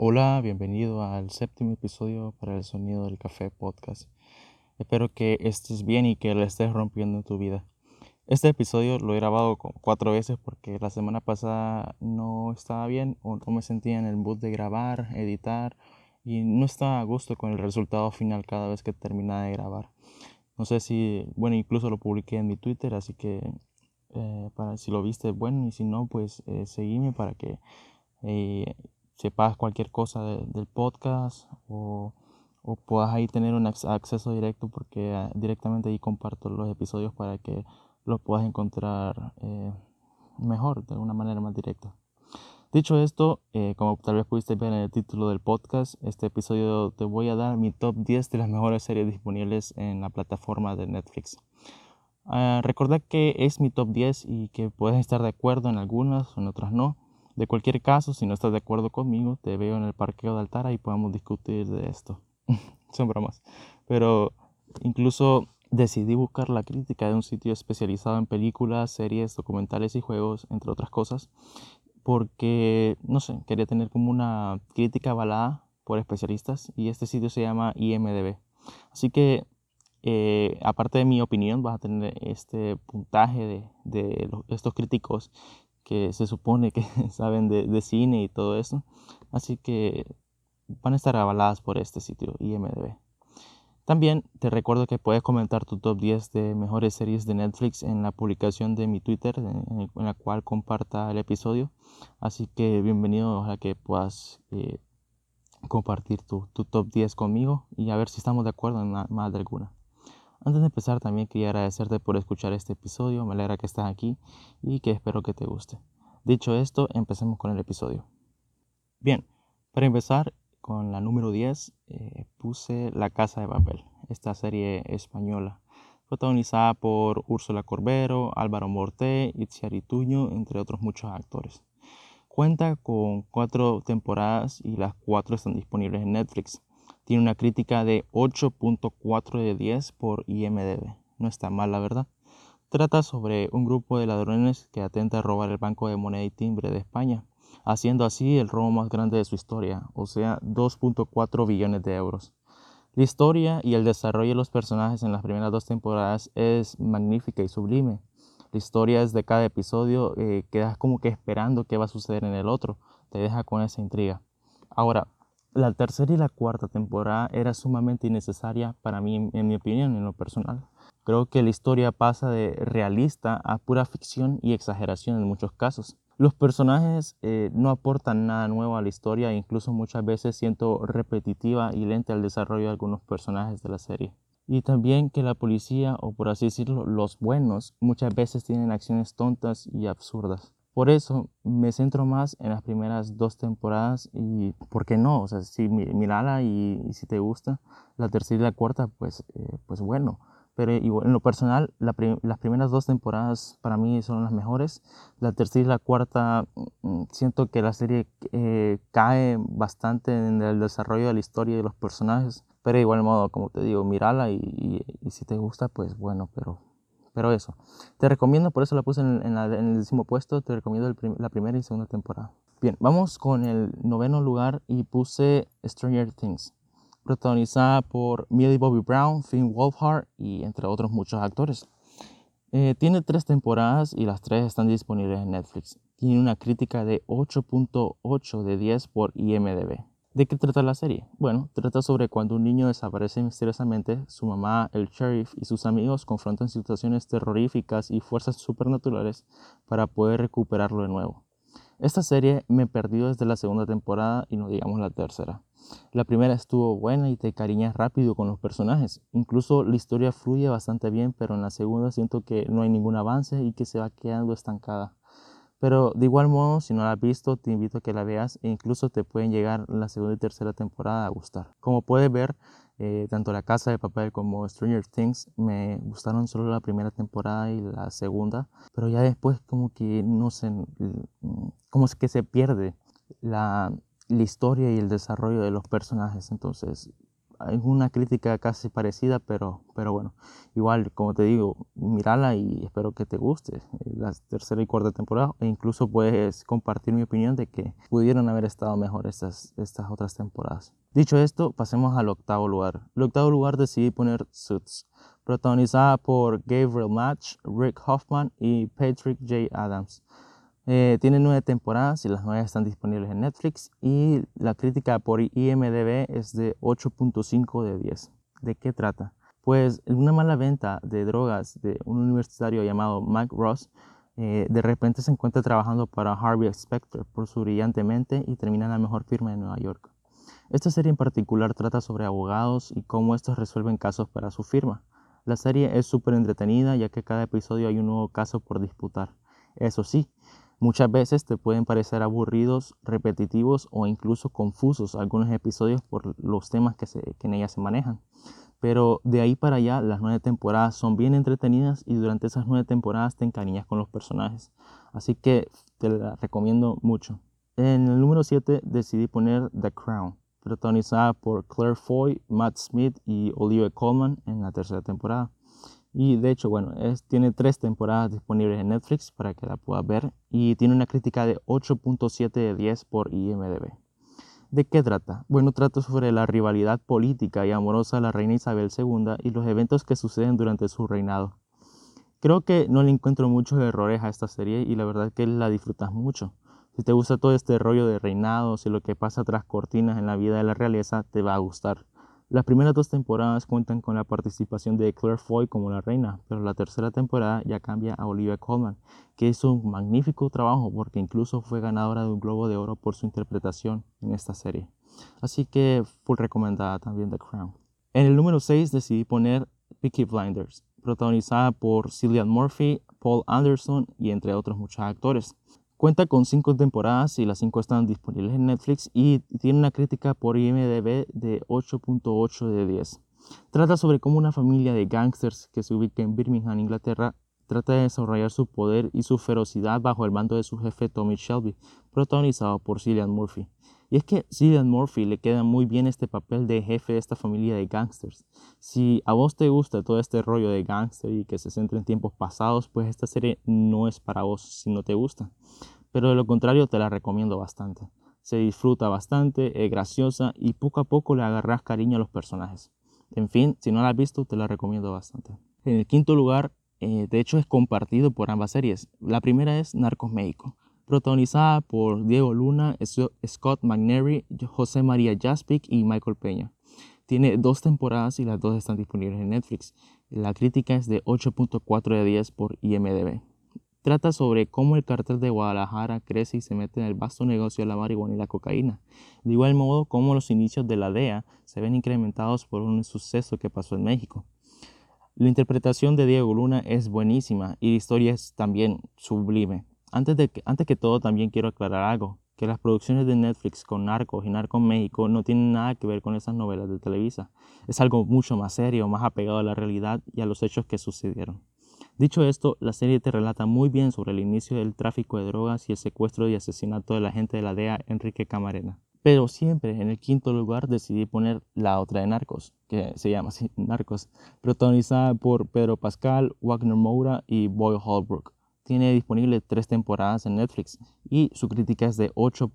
Hola, bienvenido al séptimo episodio para el Sonido del Café podcast. Espero que estés bien y que le estés rompiendo en tu vida. Este episodio lo he grabado 4 veces porque la semana pasada no estaba bien o no me sentía en el mood de grabar, editar y no estaba a gusto con el resultado final cada vez que terminaba de grabar. No sé si, bueno, incluso lo publiqué en mi Twitter, así que para si lo viste, bueno, y si no, pues seguime para que eh, sepas cualquier cosa del podcast o puedas ahí tener un acceso directo porque directamente ahí comparto los episodios para que los puedas encontrar mejor, de una manera más directa. Dicho esto, como tal vez pudiste ver en el título del podcast, este episodio te voy a dar mi top 10 de las mejores series disponibles en la plataforma de Netflix. Recordad que es mi top 10 y que puedes estar de acuerdo en algunas o en otras no. De cualquier caso, si no estás de acuerdo conmigo, te veo en el parqueo de Altara y podemos discutir de esto. Son bromas. Pero incluso decidí buscar la crítica de un sitio especializado en películas, series, documentales y juegos, entre otras cosas, porque, no sé, quería tener como una crítica avalada por especialistas y este sitio se llama IMDb. Así que aparte de mi opinión, vas a tener este puntaje de estos críticos que se supone que saben de cine y todo eso. Así que van a estar avaladas por este sitio IMDb. También te recuerdo que puedes comentar tu top 10 de mejores series de Netflix en la publicación de mi Twitter, en la cual comparta el episodio. Así que bienvenido a que puedas compartir tu top 10 conmigo y a ver si estamos de acuerdo en más de alguna. Antes de empezar, también quería agradecerte por escuchar este episodio. Me alegra que estás aquí y que espero que te guste. Dicho esto, empecemos con el episodio. Bien, para empezar con la número 10, puse La Casa de Papel, esta serie española, protagonizada por Úrsula Corbero, Álvaro Morte, Itziar Ituño, entre otros muchos actores. Cuenta con 4 temporadas y las 4 están disponibles en Netflix. Tiene una crítica de 8.4 de 10 por IMDb. No está mal, la verdad. Trata sobre un grupo de ladrones que atenta a robar el Banco de Moneda y Timbre de España, haciendo así el robo más grande de su historia, o sea, 2.4 billones de euros. La historia y el desarrollo de los personajes en las primeras 2 temporadas es magnífica y sublime. La historia es de cada episodio, quedas como que esperando qué va a suceder en el otro, te deja con esa intriga. Ahora, la tercera y la cuarta temporada era sumamente innecesaria para mí, en mi opinión, en lo personal. Creo que la historia pasa de realista a pura ficción y exageración en muchos casos. Los personajes no aportan nada nuevo a la historia e incluso muchas veces siento repetitiva y lenta el desarrollo de algunos personajes de la serie. Y también que la policía, o por así decirlo, los buenos, muchas veces tienen acciones tontas y absurdas. Por eso me centro más en las primeras 2 temporadas y, ¿por qué no? O sea, si mirala y si te gusta, la tercera y la cuarta, pues bueno. Pero igual, en lo personal, las primeras 2 temporadas para mí son las mejores. La tercera y la cuarta, siento que la serie cae bastante en el desarrollo de la historia y de los personajes. Pero de igual modo, como te digo, mírala y si te gusta, pues bueno, pero eso. Te recomiendo, por eso la puse en el 10.º puesto, te recomiendo la primera y segunda temporada. Bien, vamos con el 9.º lugar y puse Stranger Things, protagonizada por Millie Bobby Brown, Finn Wolfhard y entre otros muchos actores. Tiene 3 temporadas y las 3 están disponibles en Netflix. Tiene una crítica de 8.8 de 10 por IMDb. ¿De qué trata la serie? Bueno, trata sobre cuando un niño desaparece misteriosamente, su mamá, el sheriff y sus amigos confrontan situaciones terroríficas y fuerzas supernaturales para poder recuperarlo de nuevo. Esta serie me perdió desde la segunda temporada y no digamos la tercera. La primera estuvo buena y te encariñas rápido con los personajes. Incluso la historia fluye bastante bien, pero en la segunda siento que no hay ningún avance y que se va quedando estancada. Pero de igual modo, si no la has visto, te invito a que la veas e incluso te pueden llegar la segunda y tercera temporada a gustar. Como puedes ver, tanto La Casa de Papel como Stranger Things me gustaron solo la primera temporada y la segunda, pero ya después como que no sé, como es que se pierde la historia y el desarrollo de los personajes. Entonces, hay una crítica casi parecida, pero bueno, igual, como te digo, mírala y espero que te guste la tercera y cuarta temporada, e incluso puedes compartir mi opinión de que pudieron haber estado mejor estas otras temporadas. Dicho esto, pasemos al octavo lugar. El octavo lugar decidí poner Suits, protagonizada por Gabriel Match, Rick Hoffman y Patrick J. Adams. Tiene 9 temporadas y las 9 están disponibles en Netflix, y la crítica por IMDb es de 8.5 de 10. ¿De qué trata? Pues una mala venta de drogas de un universitario llamado Mike Ross de repente se encuentra trabajando para Harvey Specter por su brillante mente y termina en la mejor firma de Nueva York. Esta serie en particular trata sobre abogados y cómo estos resuelven casos para su firma. La serie es súper entretenida, ya que cada episodio hay un nuevo caso por disputar. Eso sí, muchas veces te pueden parecer aburridos, repetitivos o incluso confusos algunos episodios por los temas que en ellas se manejan. Pero de ahí para allá, las 9 temporadas son bien entretenidas y durante esas 9 temporadas te encariñas con los personajes. Así que te la recomiendo mucho. En el número 7 decidí poner The Crown, protagonizada por Claire Foy, Matt Smith y Olivia Colman en la tercera temporada. Y de hecho, bueno, tiene 3 temporadas disponibles en Netflix para que la puedas ver, y tiene una crítica de 8.7 de 10 por IMDb. ¿De qué trata? Bueno, trata sobre la rivalidad política y amorosa de la reina Isabel II y los eventos que suceden durante su reinado. Creo que no le encuentro muchos errores a esta serie y la verdad es que la disfrutas mucho. Si te gusta todo este rollo de reinados y lo que pasa tras cortinas en la vida de la realeza, te va a gustar. Las primeras 2 temporadas cuentan con la participación de Claire Foy como la reina, pero la tercera temporada ya cambia a Olivia Colman, que hizo un magnífico trabajo porque incluso fue ganadora de un Globo de Oro por su interpretación en esta serie. Así que full recomendada también The Crown. En el número 6 decidí poner Peaky Blinders, protagonizada por Cillian Murphy, Paul Anderson y entre otros muchos actores. Cuenta con 5 temporadas y las 5 están disponibles en Netflix, y tiene una crítica por IMDb de 8.8 de 10. Trata sobre cómo una familia de gángsters que se ubica en Birmingham, Inglaterra, trata de desarrollar su poder y su ferocidad bajo el mando de su jefe Tommy Shelby, protagonizado por Cillian Murphy. Y es que Cillian Murphy le queda muy bien este papel de jefe de esta familia de gángsters. Si a vos te gusta todo este rollo de gángster y que se centra en tiempos pasados, pues esta serie no es para vos si no te gusta. Pero de lo contrario te la recomiendo bastante. Se disfruta bastante, es graciosa y poco a poco le agarras cariño a los personajes. En fin, si no la has visto, te la recomiendo bastante. En el quinto lugar, de hecho es compartido por ambas series. La primera es Narcos México, protagonizada por Diego Luna, Scott McNairy, José María Jaspic y Michael Peña. Tiene 2 temporadas y las 2 están disponibles en Netflix. La crítica es de 8.4 de 10 por IMDb. Trata sobre cómo el cartel de Guadalajara crece y se mete en el vasto negocio de la marihuana y la cocaína. De igual modo, cómo los inicios de la DEA se ven incrementados por un suceso que pasó en México. La interpretación de Diego Luna es buenísima y la historia es también sublime. Antes que todo, también quiero aclarar algo, que las producciones de Netflix con Narcos y Narcos México no tienen nada que ver con esas novelas de Televisa. Es algo mucho más serio, más apegado a la realidad y a los hechos que sucedieron. Dicho esto, la serie te relata muy bien sobre el inicio del tráfico de drogas y el secuestro y asesinato del agente de la DEA, Enrique Camarena. Pero siempre en el quinto lugar decidí poner la otra de Narcos, que se llama así, Narcos, protagonizada por Pedro Pascal, Wagner Moura y Boyd Holbrook. Tiene disponible 3 temporadas en Netflix y su crítica es de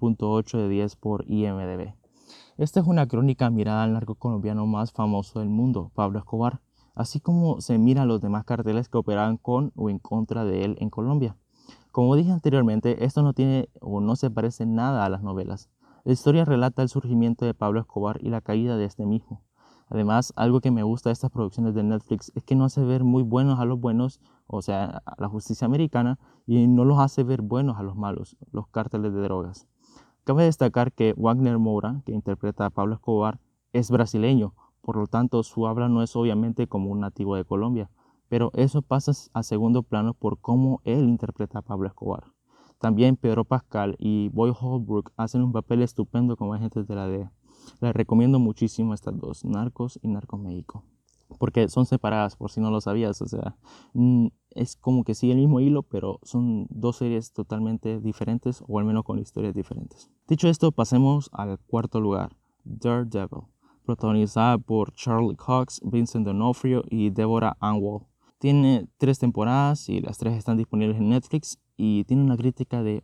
8.8 de 10 por IMDb. Esta es una crónica mirada al narco colombiano más famoso del mundo, Pablo Escobar, así como se miran los demás carteles que operaban con o en contra de él en Colombia. Como dije anteriormente, esto no tiene o no se parece nada a las novelas. La historia relata el surgimiento de Pablo Escobar y la caída de este mismo. Además, algo que me gusta de estas producciones de Netflix es que no hace ver muy buenos a los buenos, o sea, a la justicia americana, y no los hace ver buenos a los malos, los cárteles de drogas. Cabe destacar que Wagner Moura, que interpreta a Pablo Escobar, es brasileño, por lo tanto su habla no es obviamente como un nativo de Colombia, pero eso pasa a segundo plano por cómo él interpreta a Pablo Escobar. También Pedro Pascal y Boyd Holbrook hacen un papel estupendo como agentes de la DEA. Les recomiendo muchísimo estas dos, Narcos y Narcos México, porque son separadas, por si no lo sabías. O sea, es como que sigue el mismo hilo, pero son 2 series totalmente diferentes, o al menos con historias diferentes. Dicho esto, pasemos al cuarto lugar, Daredevil, protagonizada por Charlie Cox, Vincent D'Onofrio y Deborah Ann Woll. Tiene 3 temporadas y las 3 están disponibles en Netflix y tiene una crítica de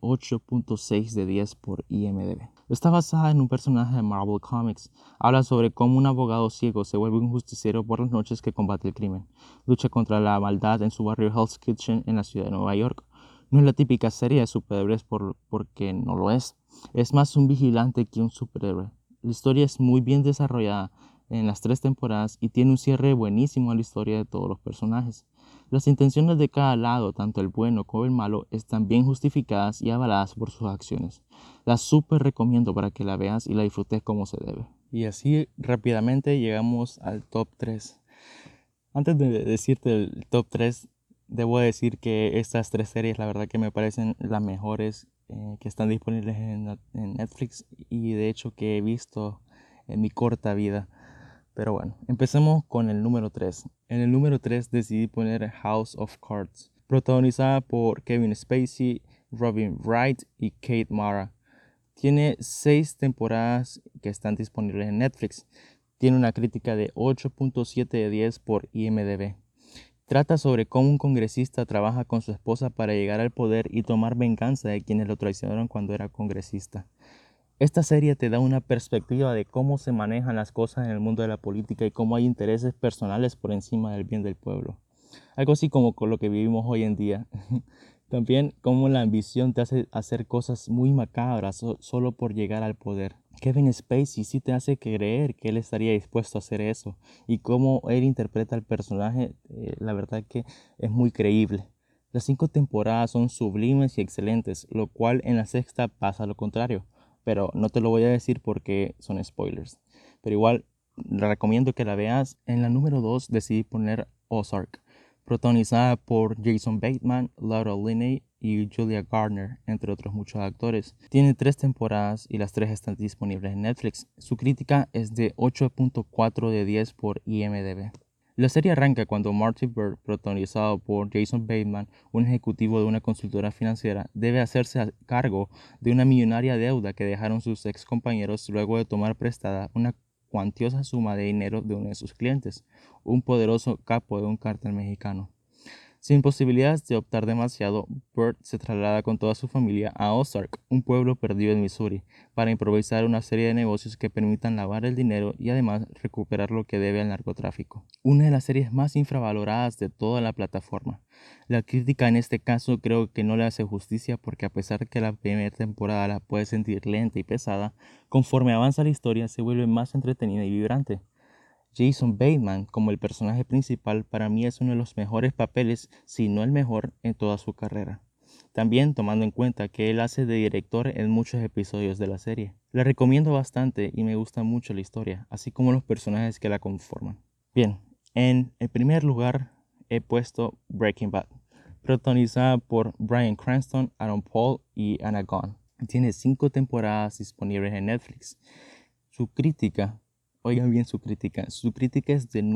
8.6 de 10 por IMDb. Está basada en un personaje de Marvel Comics. Habla sobre cómo un abogado ciego se vuelve un justiciero por las noches que combate el crimen. Lucha contra la maldad en su barrio Hell's Kitchen en la ciudad de Nueva York. No es la típica serie de superhéroes porque no lo es. Es más un vigilante que un superhéroe. La historia es muy bien desarrollada en las 3 temporadas y tiene un cierre buenísimo a la historia de todos los personajes. Las intenciones de cada lado, tanto el bueno como el malo, están bien justificadas y avaladas por sus acciones. La súper recomiendo para que la veas y la disfrutes como se debe. Y así rápidamente llegamos al top 3. Antes de decirte el top 3, debo decir que estas 3 series la verdad que me parecen las mejores que están disponibles en Netflix y de hecho que he visto en mi corta vida. Pero bueno, empecemos con el número 3. En el número 3 decidí poner House of Cards, protagonizada por Kevin Spacey, Robin Wright y Kate Mara. Tiene 6 temporadas que están disponibles en Netflix. Tiene una crítica de 8.7 de 10 por IMDb. Trata sobre cómo un congresista trabaja con su esposa para llegar al poder y tomar venganza de quienes lo traicionaron cuando era congresista. Esta serie te da una perspectiva de cómo se manejan las cosas en el mundo de la política y cómo hay intereses personales por encima del bien del pueblo. Algo así como con lo que vivimos hoy en día. También cómo la ambición te hace hacer cosas muy macabras solo por llegar al poder. Kevin Spacey sí te hace creer que él estaría dispuesto a hacer eso. Y cómo él interpreta al personaje, la verdad que es muy creíble. Las 5 temporadas son sublimes y excelentes, lo cual en la sexta pasa lo contrario. Pero no te lo voy a decir porque son spoilers. Pero igual, le recomiendo que la veas. En la número 2 decidí poner Ozark, protagonizada por Jason Bateman, Laura Linney y Julia Garner, entre otros muchos actores. Tiene 3 temporadas y las 3 están disponibles en Netflix. Su crítica es de 8.4 de 10 por IMDb. La serie arranca cuando Marty Byrde, protagonizado por Jason Bateman, un ejecutivo de una consultora financiera, debe hacerse cargo de una millonaria deuda que dejaron sus ex compañeros luego de tomar prestada una cuantiosa suma de dinero de uno de sus clientes, un poderoso capo de un cártel mexicano. Sin posibilidades de optar demasiado, Burt se traslada con toda su familia a Ozark, un pueblo perdido en Missouri, para improvisar una serie de negocios que permitan lavar el dinero y además recuperar lo que debe al narcotráfico. Una de las series más infravaloradas de toda la plataforma. La crítica en este caso creo que no le hace justicia porque a pesar de que la primera temporada la puedes sentir lenta y pesada, conforme avanza la historia se vuelve más entretenida y vibrante. Jason Bateman como el personaje principal para mí es uno de los mejores papeles, si no el mejor, en toda su carrera. También tomando en cuenta que él hace de director en muchos episodios de la serie. La recomiendo bastante y me gusta mucho la historia, así como los personajes que la conforman. Bien, en el primer lugar he puesto Breaking Bad, protagonizada por Bryan Cranston, Aaron Paul y Anna Gunn. Tiene 5 temporadas disponibles en Netflix. Su crítica, oigan bien su crítica es de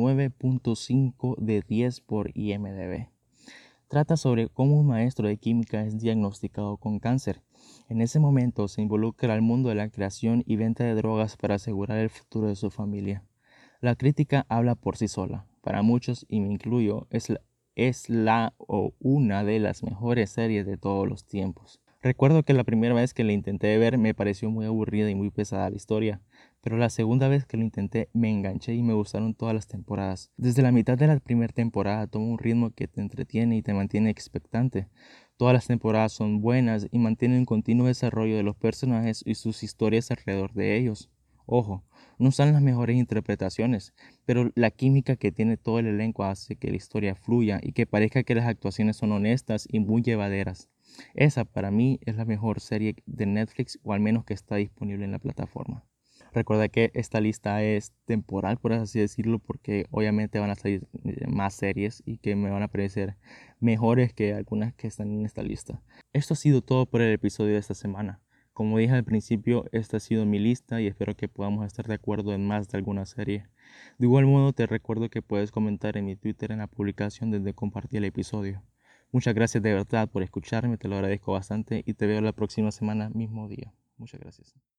9.5 de 10 por IMDb. Trata sobre cómo un maestro de química es diagnosticado con cáncer. En ese momento se involucra al mundo de la creación y venta de drogas para asegurar el futuro de su familia. La crítica habla por sí sola. Para muchos, y me incluyo, es la o una de las mejores series de todos los tiempos. Recuerdo que la primera vez que la intenté ver me pareció muy aburrida y muy pesada la historia, pero la segunda vez que lo intenté me enganché y me gustaron todas las temporadas. Desde la mitad de la primera temporada toma un ritmo que te entretiene y te mantiene expectante. Todas las temporadas son buenas y mantienen un continuo desarrollo de los personajes y sus historias alrededor de ellos. Ojo, no son las mejores interpretaciones, pero la química que tiene todo el elenco hace que la historia fluya y que parezca que las actuaciones son honestas y muy llevaderas. Esa para mí es la mejor serie de Netflix o al menos que está disponible en la plataforma. Recuerda que esta lista es temporal, por así decirlo, porque obviamente van a salir más series y que me van a parecer mejores que algunas que están en esta lista. Esto ha sido todo por el episodio de esta semana. Como dije al principio, esta ha sido mi lista y espero que podamos estar de acuerdo en más de alguna serie. De igual modo, te recuerdo que puedes comentar en mi Twitter en la publicación donde compartí el episodio. Muchas gracias de verdad por escucharme, te lo agradezco bastante y te veo la próxima semana, mismo día. Muchas gracias.